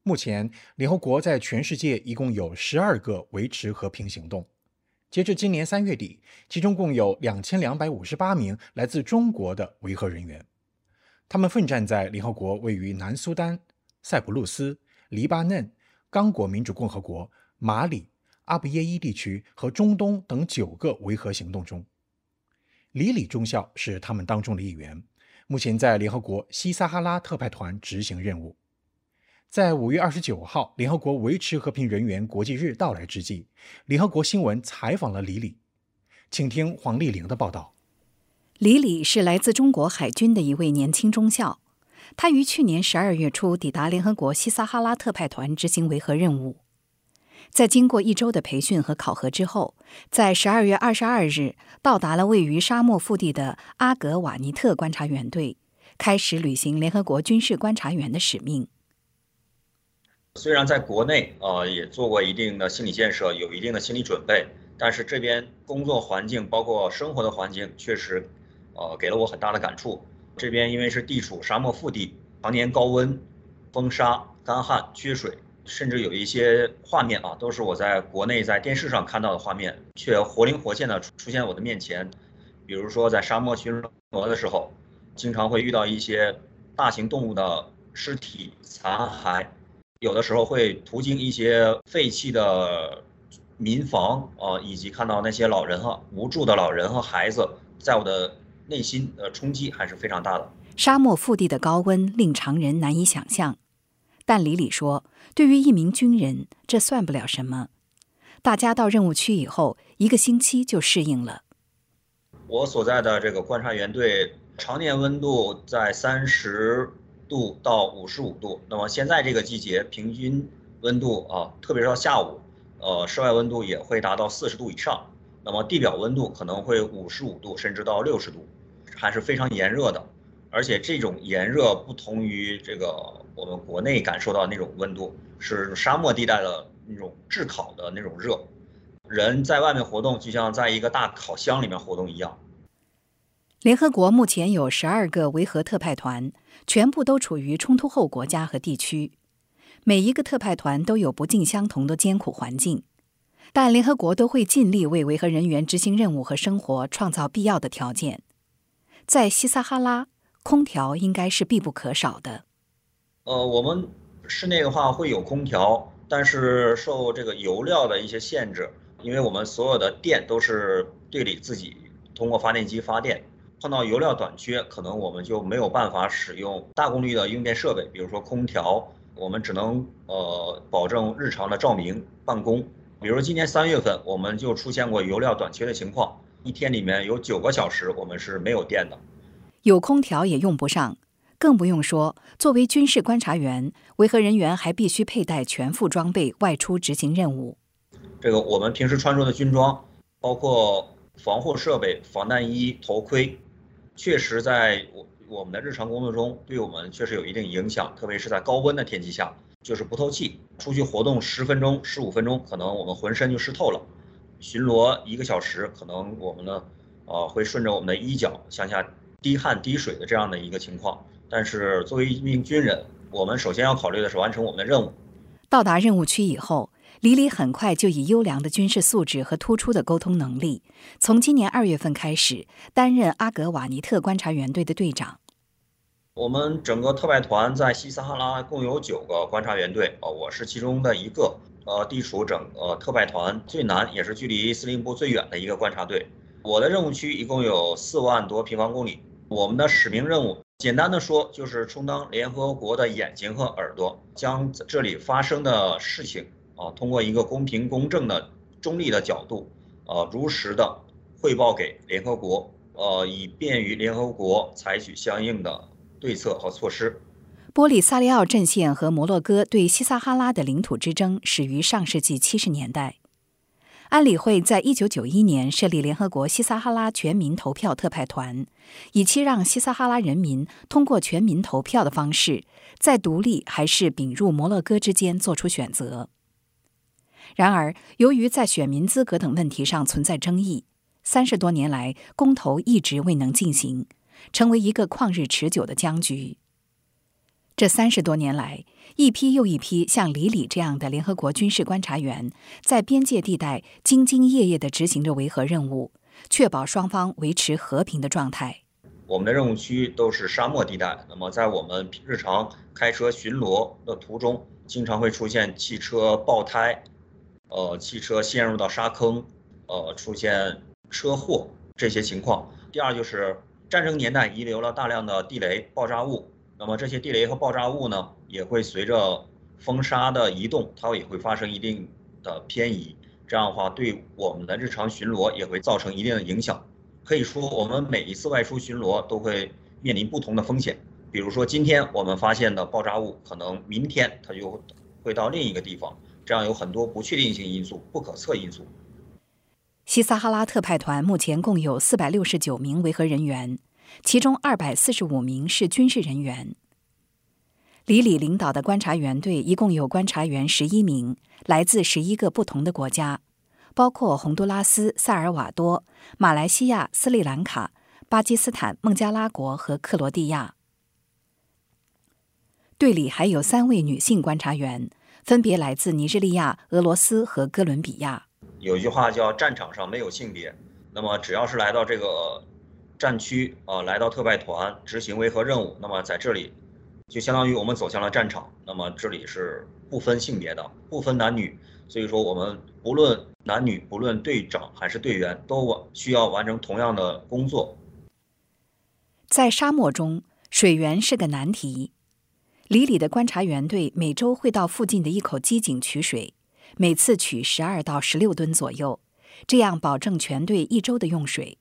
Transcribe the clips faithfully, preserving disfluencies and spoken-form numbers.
目前，联合国在全世界一共有十二个维持和平行动。截至今年三月底，其中共有两千两百五十八名来自中国的维和人员。他们奋战在联合国位于南苏丹、塞浦路斯、黎巴嫩、刚果民主共和国、马里、阿布耶伊地区和中东等九个维和行动中。里里中校是他们当中的一员，目前在联合国西撒哈拉特派团执行任务。在五月二十九号联合国维持和平人员国际日到来之际，联合国新闻采访了里里，请听黄丽玲的报道。 里里是来自中国海军的一位年轻中校，他于去年十二月初抵达联合国西撒哈拉特派团执行维和任务。在经过一周的培训和考核之后，在十二月二十二日到达了位于沙漠腹地的阿格瓦尼特观察员队，开始履行联合国军事观察员的使命。 虽然在国内呃也做过一定的心理建设，有一定的心理准备，但是这边工作环境包括生活的环境确实呃给了我很大的感触。这边因为是地处沙漠腹地，常年高温、风沙、干旱、缺水，甚至有一些画面啊都是我在国内在电视上看到的画面，却活灵活现的出现在我的面前。比如说在沙漠巡逻的时候，经常会遇到一些大型动物的尸体残骸，有的时候会途经一些废弃的民房啊、呃，以及看到那些老人和无助的老人和孩子，在我的内心的冲击还是非常大的。 沙漠腹地的高温令常人难以想象，但里里说，对于一名军人，这算不了什么。大家到任务区以后，一个星期就适应了。 我所在的这个观察员队常年温度在三十度到五十五度，那么现在这个季节平均温度啊，特别是到下午，呃，室外温度也会达到四十度以上，那么地表温度可能会五十五度甚至到六十度，还是非常炎热的。而且这种炎热不同于这个我们国内感受到的那种温度，是沙漠地带的那种炙烤的那种热，人在外面活动就像在一个大烤箱里面活动一样。 联合国目前有十二个维和特派团，全部都处于冲突后国家和地区。每一个特派团都有不尽相同的艰苦环境，但联合国都会尽力为维和人员执行任务和生活创造必要的条件。在西撒哈拉，空调应该是必不可少的。 呃，我们室内的话会有空调，但是受这个油料的一些限制，因为我们所有的电都是队里自己通过发电机发电。碰到油料短缺，可能我们就没有办法使用大功率的用电设备，比如说空调，我们只能呃保证日常的照明办公。比如今年三月份，我们就出现过油料短缺的情况，一天里面有九个小时我们是没有电的， 有空调也用不上，更不用说作为军事观察员，维和人员还必须佩戴全副装备外出执行任务。 这个我们平时穿着的军装，包括防护设备、防弹衣、头盔，确实在我我们的日常工作中对我们确实有一定影响，特别是在高温的天气下，就是不透气，出去活动十分钟、十五分钟，可能我们浑身就湿透了。巡逻一个小时，可能我们呢，呃，会顺着我们的衣角向下滴汗滴水的这样的一个情况。但是作为一名军人，我们首先要考虑的是完成我们的任务。 到达任务区以后，里里很快就以优良的军事素质和突出的沟通能力，从今年二月份开始担任阿格瓦尼特观察员队的队长。 我们整个特派团在西撒哈拉共有九个观察员队，呃，我是其中的一个，呃，地处整个特派团最南也是距离司令部最远的一个观察队。我的任务区一共有四万多平方公里，我们的使命任务简单的说就是充当联合国的眼睛和耳朵，将这里发生的事情啊，通过一个公平公正的中立的角度，呃，如实的汇报给联合国，呃，以便于联合国采取相应的对策和措施。 波利萨利奥阵线和摩洛哥对西撒哈拉的领土之争始于上世纪七十年代。安理会在一九九一年设立联合国西撒哈拉全民投票特派团，以期让西撒哈拉人民通过全民投票的方式，在独立还是并入摩洛哥之间做出选择。然而，由于在选民资格等问题上存在争议，三十多年来公投一直未能进行，成为一个旷日持久的僵局。 这三十多年来，一批又一批像李李这样的联合国军事观察员，在边界地带兢兢业业地执行着维和任务，确保双方维持和平的状态。 我们的任务区都是沙漠地带，那么在我们日常开车巡逻的途中，经常会出现汽车爆胎，呃，汽车陷入到沙坑，呃，出现车祸这些情况。第二就是战争年代遗留了大量的地雷、爆炸物。那么这些地雷和爆炸物呢，也会随着风沙的移动，它也会发生一定的偏移。这样的话，对我们的日常巡逻也会造成一定的影响。可以说，我们每一次外出巡逻都会面临不同的风险。比如说，今天我们发现的爆炸物，可能明天它就会到另一个地方。这样有很多不确定性因素、不可测因素。 西撒哈拉特派团目前共有四百六十九名维和人员，其中二百四十五名是军事人员。李李领导的观察员队一共有观察员十一名，来自十一个不同的国家，包括洪都拉斯、萨尔瓦多、马来西亚、斯里兰卡、巴基斯坦、孟加拉国和克罗地亚。队里还有三位女性观察员，分别来自尼日利亚、俄罗斯和哥伦比亚。 有一句话叫战场上没有性别，那么只要是来到这个战区啊、呃，来到特派团执行维和任务，那么在这里就相当于我们走向了战场。那么这里是不分性别的，不分男女，所以说我们不论男女，不论队长还是队员，都需要完成同样的工作。 在沙漠中，水源是个难题。李李的观察员队每周会到附近的一口机井取水，每次取十二到十六吨左右，这样保证全队一周的用水。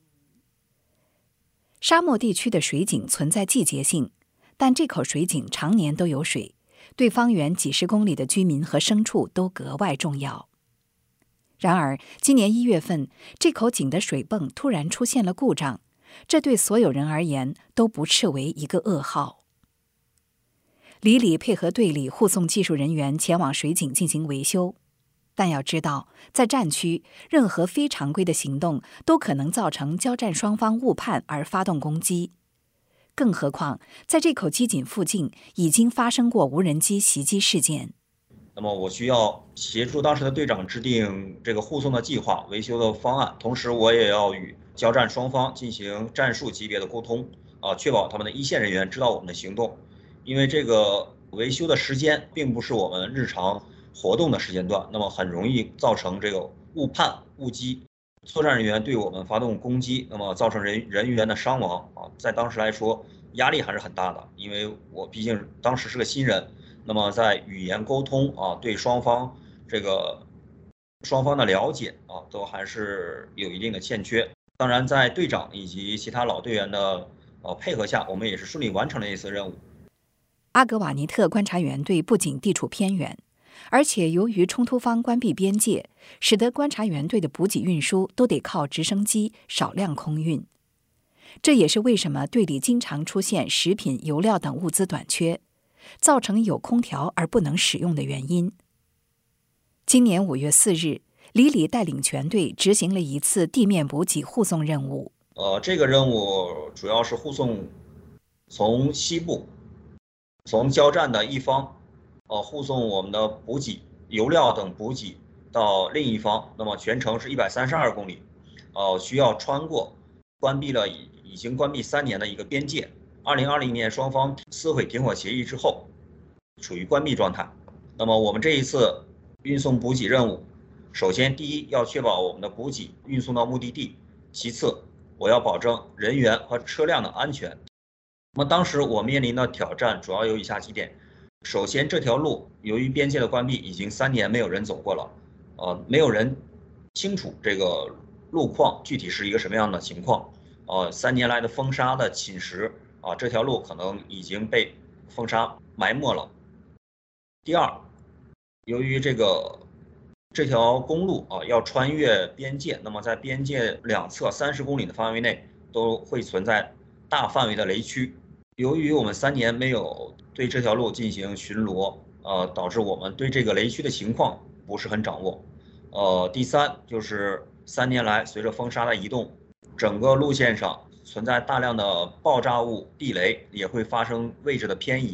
沙漠地区的水井存在季节性，但这口水井常年都有水，对方圆几十公里的居民和牲畜都格外重要。然而，今年一月份，这口井的水泵突然出现了故障，这对所有人而言都不斥为一个噩耗。李李配合队里护送技术人员前往水井进行维修，但要知道，在战区，任何非常规的行动都可能造成交战双方误判而发动攻击。更何况，在这口机井附近已经发生过无人机袭击事件。 那么我需要协助当时的队长制定这个护送的计划、维修的方案，同时我也要与交战双方进行战术级别的沟通，啊，确保他们的一线人员知道我们的行动。因为这个维修的时间并不是我们日常活动的时间段，那么很容易造成这个误判、误击，作战人员对我们发动攻击，那么造成人人员的伤亡啊，在当时来说压力还是很大的，因为我毕竟当时是个新人，那么在语言沟通啊，对双方这个双方的了解啊，都还是有一定的欠缺。当然，在队长以及其他老队员的呃配合下，我们也是顺利完成了一次任务。 阿格瓦尼特观察员队不仅地处偏远，而且由于冲突方关闭边界，使得观察员队的补给运输都得靠直升机，少量空运。这也是为什么队里经常出现食品、油料等物资短缺，造成有空调而不能使用的原因。今年五月四日，李李带领全队执行了一次地面补给护送任务。 呃，这个任务主要是护送从西部。从交战的一方，呃，护送我们的补给、油料等补给到另一方，那么全程是一百三十二公里，呃，需要穿过关闭了已已经关闭三年的一个边界。二零二零年双方撕毁停火协议之后，处于关闭状态。那么我们这一次运送补给任务，首先第一要确保我们的补给运送到目的地，其次我要保证人员和车辆的安全。那么当时我面临的挑战主要有以下几点：首先，这条路由于边界的关闭，已经三年没有人走过了，呃，没有人清楚这个路况具体是一个什么样的情况，呃，三年来的风沙的侵蚀啊，这条路可能已经被风沙埋没了。第二，由于这个这条公路啊要穿越边界，那么在边界两侧三十公里的范围内都会存在大范围的雷区。由于我们三年没有对这条路进行巡逻，呃，导致我们对这个雷区的情况不是很掌握。呃，第三就是三年来随着风沙的移动，整个路线上存在大量的爆炸物、地雷，也会发生位置的偏移。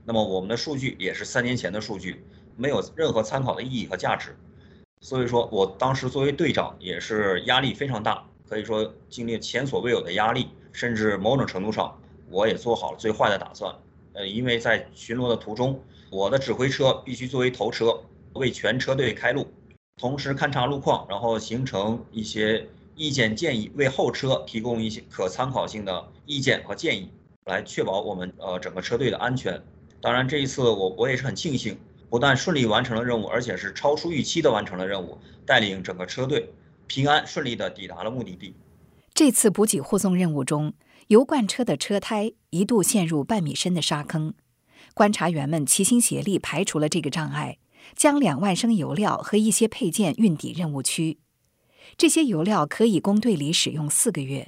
那么我们的数据也是三年前的数据，没有任何参考的意义和价值。所以说我当时作为队长也是压力非常大，可以说经历前所未有的压力，甚至某种程度上我也做好了最坏的打算。呃，因为在巡逻的途中，我的指挥车必须作为头车，为全车队开路，同时勘察路况，然后形成一些意见建议，为后车提供一些可参考性的意见和建议，来确保我们呃整个车队的安全。当然，这一次我我也是很庆幸，不但顺利完成了任务，而且是超出预期的完成了任务，带领整个车队平安顺利地抵达了目的地。 这次补给护送任务中，油罐车的车胎一度陷入半米深的沙坑，观察员们齐心协力排除了这个障碍，将两万升油料和一些配件运抵任务区。这些油料可以供队里使用四个月。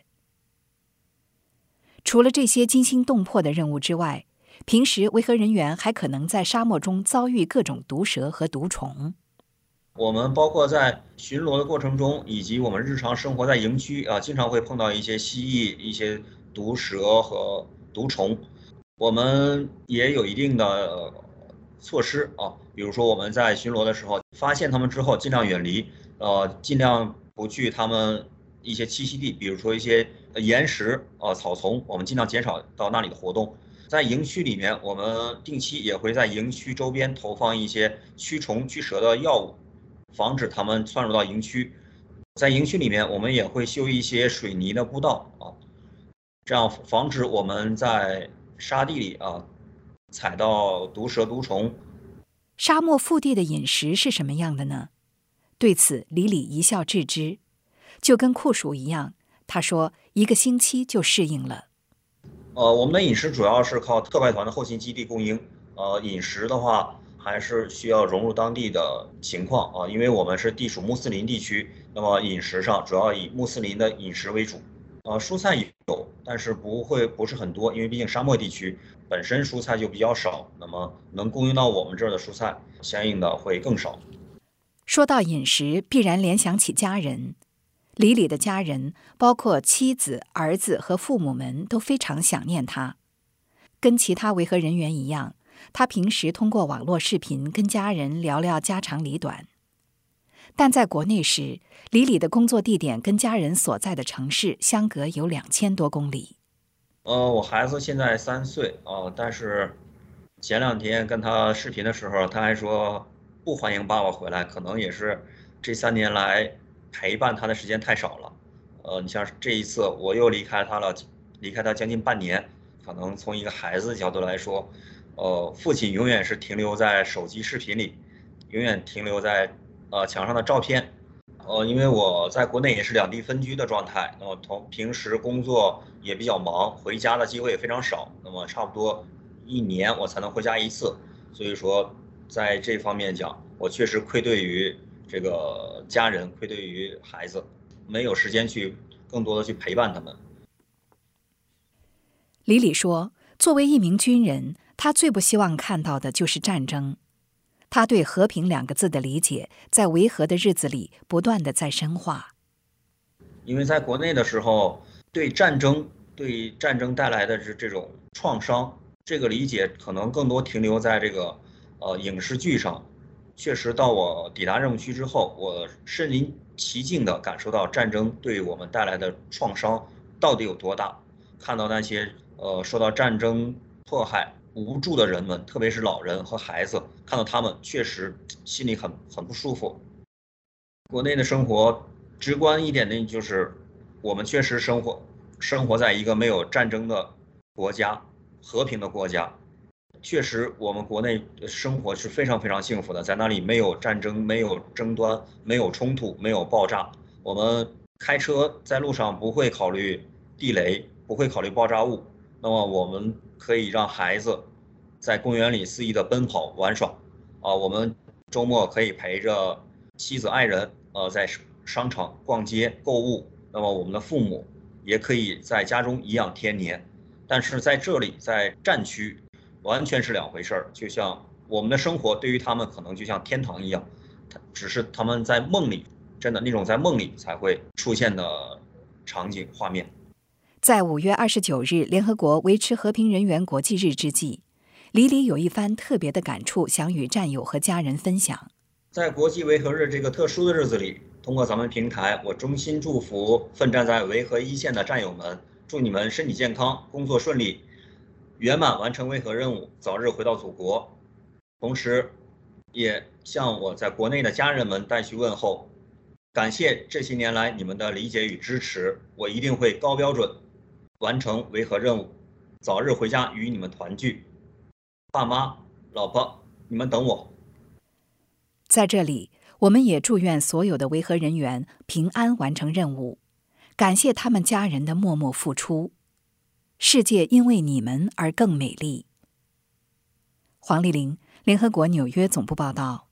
除了这些惊心动魄的任务之外，平时维和人员还可能在沙漠中遭遇各种毒蛇和毒虫。 我们包括在巡逻的过程中，以及我们日常生活在营区啊，经常会碰到一些蜥蜴、一些毒蛇和毒虫。我们也有一定的、呃、措施啊，比如说我们在巡逻的时候，发现它们之后，尽量远离，呃，尽量不去它们一些栖息地，比如说一些岩石、呃草丛，我们尽量减少到那里的活动。在营区里面，我们定期也会在营区周边投放一些驱虫驱蛇的药物，防止它们窜入到营区。在营区里面，我们也会修一些水泥的步道啊，这样防止我们在沙地里啊踩到毒蛇毒虫。 沙漠腹地的饮食是什么样的呢？对此，李李一笑置之，就跟酷暑一样，他说一个星期就适应了。 呃，我们的饮食主要是靠特派团的后勤基地供应。呃，饮食的话还是需要融入当地的情况啊，因为我们是地属穆斯林地区，那么饮食上主要以穆斯林的饮食为主。呃，蔬菜有，但是不会不是很多，因为毕竟沙漠地区本身蔬菜就比较少，那么能供应到我们这儿的蔬菜相应的会更少。 说到饮食，必然联想起家人。李李的家人，包括妻子、儿子和父母们都非常想念他。跟其他维和人员一样，他平时通过网络视频跟家人聊聊家长里短。但在国内时，李李的工作地点跟家人所在的城市相隔有两千多公里。 呃，我孩子现在三岁啊、呃，但是前两天跟他视频的时候，他还说不欢迎爸爸回来，可能也是这三年来陪伴他的时间太少了。呃，你像这一次我又离开他了，离开他将近半年，可能从一个孩子的角度来说，呃，父亲永远是停留在手机视频里，永远停留在呃墙上的照片。呃，因为我在国内也是两地分居的状态，那么同平时工作也比较忙，回家的机会也非常少，那么差不多一年我才能回家一次，所以说在这方面讲，我确实愧对于这个家人，愧对于孩子，没有时间去更多的去陪伴他们。 李李说，作为一名军人，他最不希望看到的就是战争。他对和平两个字的理解，在维和的日子里不断地在深化。 因为在国内的时候，对战争、对战争带来的这这种创伤，这个理解可能更多停留在这个呃影视剧上。确实，到我抵达任务区之后，我身临其境地感受到战争对我们带来的创伤到底有多大。看到那些呃受到战争迫害无助的人们，特别是老人和孩子，看到他们确实心里很很不舒服。国内的生活直观一点的就是，我们确实生活生活在一个没有战争的国家，和平的国家。确实，我们国内生活是非常非常幸福的，在那里没有战争，没有争端，没有冲突，没有爆炸。我们开车在路上不会考虑地雷，不会考虑爆炸物。那么我们可以让孩子在公园里肆意的奔跑玩耍，啊，我们周末可以陪着妻子爱人，呃，在商场逛街购物。那么我们的父母也可以在家中颐养天年。但是在这里，在战区，完全是两回事儿。就像我们的生活对于他们可能就像天堂一样，只是他们在梦里，真的那种在梦里才会出现的场景画面。 在五月二十九日联合国维持和平人员国际日之际， 李李有一番特别的感触，想与战友和家人分享。 在国际维和日这个特殊的日子里，通过咱们平台，我衷心祝福奋战在维和一线的战友们，祝你们身体健康，工作顺利，圆满完成维和任务，早日回到祖国。同时，也向我在国内的家人们带去问候，感谢这些年来你们的理解与支持，我一定会高标准完成维和任务，早日回家与你们团聚。爸妈、老婆，你们等我。 在这里，我们也祝愿所有的维和人员平安完成任务，感谢他们家人的默默付出。世界因为你们而更美丽。黄丽玲，联合国纽约总部报道。